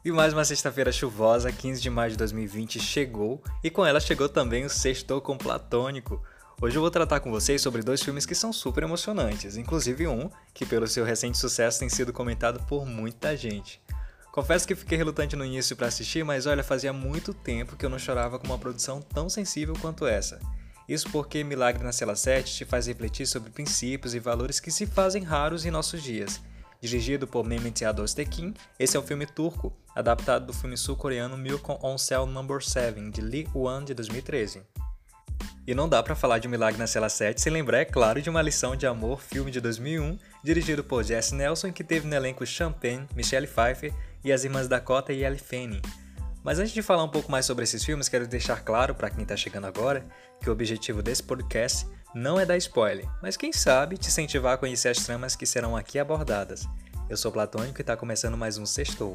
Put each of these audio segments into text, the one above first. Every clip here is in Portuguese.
E mais uma sexta-feira chuvosa, 15 de maio de 2020, chegou, e com ela chegou também o Sextou com Platônico. Hoje eu vou tratar com vocês sobre dois filmes que são super emocionantes, inclusive um que pelo seu recente sucesso tem sido comentado por muita gente. Confesso que fiquei relutante no início para assistir, mas olha, fazia muito tempo que eu não chorava com uma produção tão sensível quanto essa. Isso porque Milagre na Cela 7 te faz refletir sobre princípios e valores que se fazem raros em nossos dias. Dirigido por Mehmet Yavuz Tekin, esse é um filme turco, adaptado do filme sul-coreano Milk on Cell No. 7, de Lee Won, de 2013. E não dá pra falar de Milagre na Cela 7 sem lembrar, é claro, de Uma Lição de Amor, filme de 2001, dirigido por Jesse Nelson, que teve no elenco Sean Penn, Michelle Pfeiffer e as irmãs Dakota e Elle Fanning. Mas antes de falar um pouco mais sobre esses filmes, quero deixar claro para quem está chegando agora que o objetivo desse podcast não é dar spoiler, mas quem sabe te incentivar a conhecer as tramas que serão aqui abordadas. Eu sou Platônico e está começando mais um Sextou.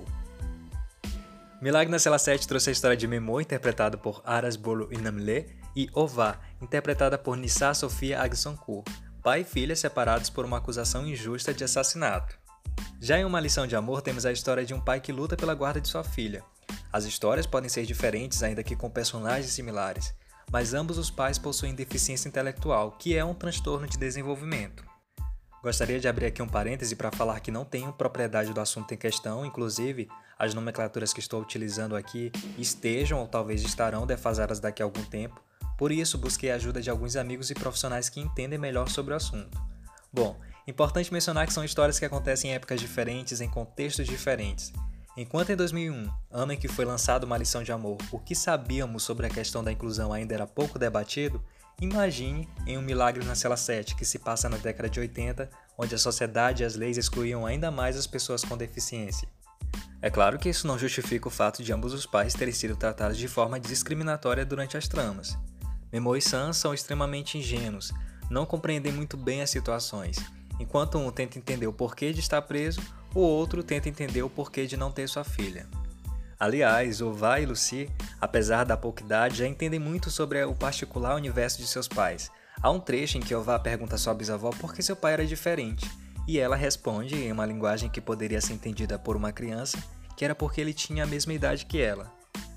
Milagre na Cela 7 trouxe a história de Memo, interpretado por Aras Bolu Inamle, e Ova, interpretada por Nissa Sofia Agsunkur, pai e filha separados por uma acusação injusta de assassinato. Já em Uma Lição de Amor, temos a história de um pai que luta pela guarda de sua filha. As histórias podem ser diferentes, ainda que com personagens similares, mas ambos os pais possuem deficiência intelectual, que é um transtorno de desenvolvimento. Gostaria de abrir aqui um parêntese para falar que não tenho propriedade do assunto em questão, inclusive as nomenclaturas que estou utilizando aqui estejam ou talvez estarão defasadas daqui a algum tempo, por isso busquei a ajuda de alguns amigos e profissionais que entendem melhor sobre o assunto. Bom, importante mencionar que são histórias que acontecem em épocas diferentes, em contextos diferentes. Enquanto em 2001, ano em que foi lançado Uma Lição de Amor, o que sabíamos sobre a questão da inclusão ainda era pouco debatido, imagine em Um Milagre na Cela 7, que se passa na década de 80, onde a sociedade e as leis excluíam ainda mais as pessoas com deficiência. É claro que isso não justifica o fato de ambos os pais terem sido tratados de forma discriminatória durante as tramas. Memo e Sam são extremamente ingênuos, não compreendem muito bem as situações. Enquanto um tenta entender o porquê de estar preso, o outro tenta entender o porquê de não ter sua filha. Aliás, Ova e Lucy, apesar da pouca idade, já entendem muito sobre o particular universo de seus pais. Há um trecho em que Ova pergunta à sua bisavó por que seu pai era diferente, e ela responde, em uma linguagem que poderia ser entendida por uma criança, que era porque ele tinha a mesma idade que ela.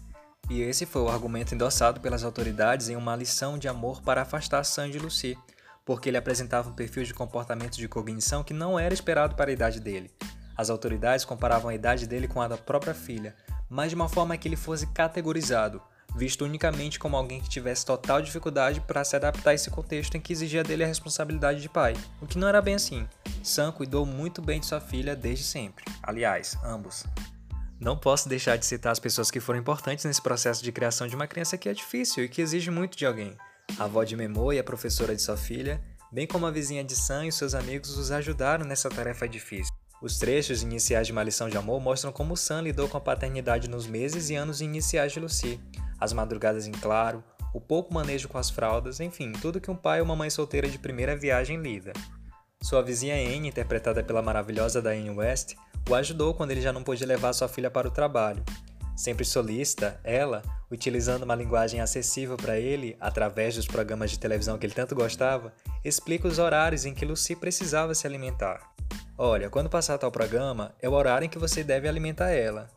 E esse foi o argumento endossado pelas autoridades em Uma Lição de Amor para afastar Sam de Lucy, porque ele apresentava um perfil de comportamento de cognição que não era esperado para a idade dele. As autoridades comparavam a idade dele com a da própria filha, mas de uma forma que ele fosse categorizado, visto unicamente como alguém que tivesse total dificuldade para se adaptar a esse contexto em que exigia dele a responsabilidade de pai, o que não era bem assim. Sam cuidou muito bem de sua filha desde sempre. Aliás, ambos. Não posso deixar de citar as pessoas que foram importantes nesse processo de criação de uma criança que é difícil e que exige muito de alguém. A avó de Memo e a professora de sua filha, bem como a vizinha de Sam e seus amigos os ajudaram nessa tarefa difícil. Os trechos iniciais de Uma Lição de Amor mostram como Sam lidou com a paternidade nos meses e anos iniciais de Lucy, as madrugadas em claro, o pouco manejo com as fraldas, enfim, tudo que um pai ou uma mãe solteira de primeira viagem lida. Sua vizinha Anne, interpretada pela maravilhosa Diane West, o ajudou quando ele já não pôde levar sua filha para o trabalho. Sempre solícita, ela, utilizando uma linguagem acessível para ele, através dos programas de televisão que ele tanto gostava, explica os horários em que Lucy precisava se alimentar. Olha, quando passar tal programa, é o horário em que você deve alimentar ela.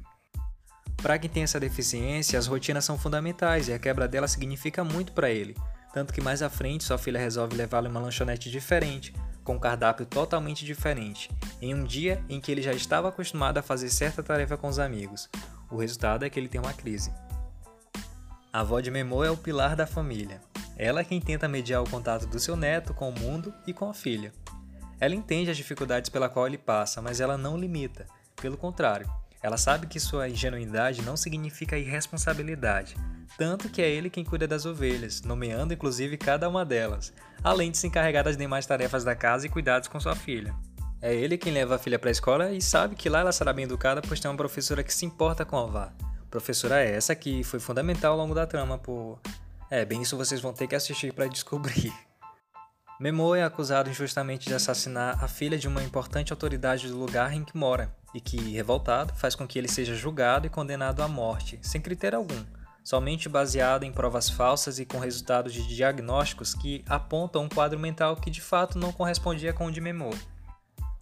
Para quem tem essa deficiência, as rotinas são fundamentais e a quebra dela significa muito para ele, tanto que mais à frente sua filha resolve levá-lo em uma lanchonete diferente, com um cardápio totalmente diferente, em um dia em que ele já estava acostumado a fazer certa tarefa com os amigos. O resultado é que ele tem uma crise. A avó de Memo é o pilar da família. Ela é quem tenta mediar o contato do seu neto com o mundo e com a filha. Ela entende as dificuldades pela qual ele passa, mas ela não limita. Pelo contrário, ela sabe que sua ingenuidade não significa irresponsabilidade, tanto que é ele quem cuida das ovelhas, nomeando inclusive cada uma delas, além de se encarregar das demais tarefas da casa e cuidados com sua filha. É ele quem leva a filha para a escola e sabe que lá ela será bem educada, pois tem uma professora que se importa com a Ova. Professora essa que foi fundamental ao longo da trama, bem isso vocês vão ter que assistir para descobrir. Memo é acusado injustamente de assassinar a filha de uma importante autoridade do lugar em que mora, e que, revoltado, faz com que ele seja julgado e condenado à morte, sem critério algum, somente baseado em provas falsas e com resultados de diagnósticos que apontam um quadro mental que de fato não correspondia com o de Memo.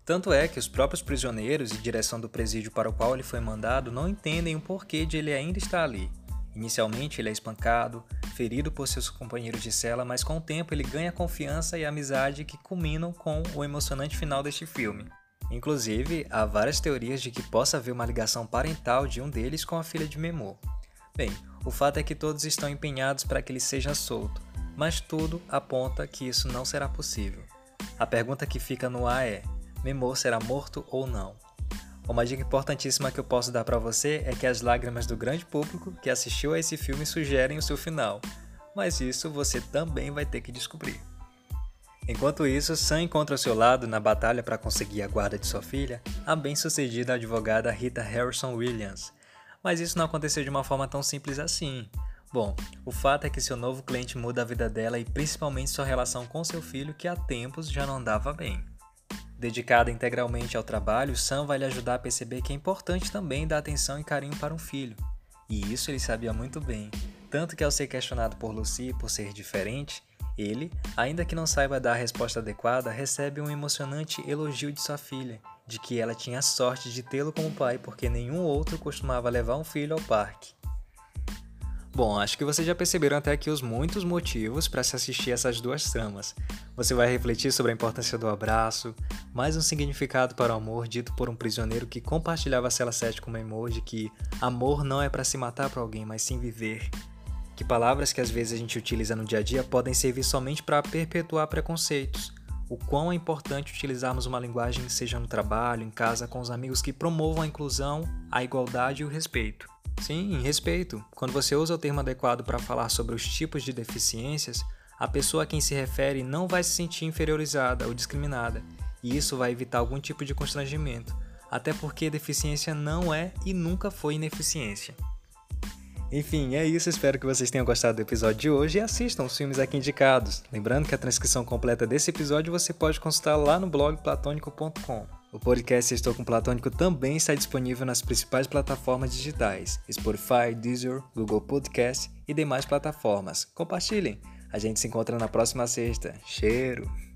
Tanto é que os próprios prisioneiros e direção do presídio para o qual ele foi mandado não entendem o porquê de ele ainda estar ali. Inicialmente ele é espancado, ferido por seus companheiros de cela, mas com o tempo ele ganha confiança e amizade que culminam com o emocionante final deste filme. Inclusive, há várias teorias de que possa haver uma ligação parental de um deles com a filha de Memo. Bem, o fato é que todos estão empenhados para que ele seja solto, mas tudo aponta que isso não será possível. A pergunta que fica no ar é: Memo será morto ou não? Uma dica importantíssima que eu posso dar para você é que as lágrimas do grande público que assistiu a esse filme sugerem o seu final, mas isso você também vai ter que descobrir. Enquanto isso, Sam encontra ao seu lado na batalha para conseguir a guarda de sua filha, a bem-sucedida advogada Rita Harrison Williams. Mas isso não aconteceu de uma forma tão simples assim. Bom, o fato é que seu novo cliente muda a vida dela e principalmente sua relação com seu filho, que há tempos já não andava bem. Dedicada integralmente ao trabalho, Sam vai lhe ajudar a perceber que é importante também dar atenção e carinho para um filho. E isso ele sabia muito bem, tanto que ao ser questionado por Lucy por ser diferente, ele, ainda que não saiba dar a resposta adequada, recebe um emocionante elogio de sua filha, de que ela tinha a sorte de tê-lo como pai porque nenhum outro costumava levar um filho ao parque. Bom, acho que vocês já perceberam até aqui os muitos motivos para se assistir essas duas tramas. Você vai refletir sobre a importância do abraço, mais um significado para o amor dito por um prisioneiro que compartilhava a cela 7 com Memo de que amor não é para se matar para alguém, mas sim viver. Que palavras que às vezes a gente utiliza no dia a dia podem servir somente para perpetuar preconceitos. O quão é importante utilizarmos uma linguagem, seja no trabalho, em casa, com os amigos, que promovam a inclusão, a igualdade e o respeito. Sim, respeito. Quando você usa o termo adequado para falar sobre os tipos de deficiências, a pessoa a quem se refere não vai se sentir inferiorizada ou discriminada, e isso vai evitar algum tipo de constrangimento, até porque deficiência não é e nunca foi ineficiência. Enfim, é isso, espero que vocês tenham gostado do episódio de hoje e assistam os filmes aqui indicados. Lembrando que a transcrição completa desse episódio você pode consultar lá no blog platônico.com. O podcast Estou com Platônico também está disponível nas principais plataformas digitais: Spotify, Deezer, Google Podcast e demais plataformas. Compartilhem! A gente se encontra na próxima sexta. Cheiro!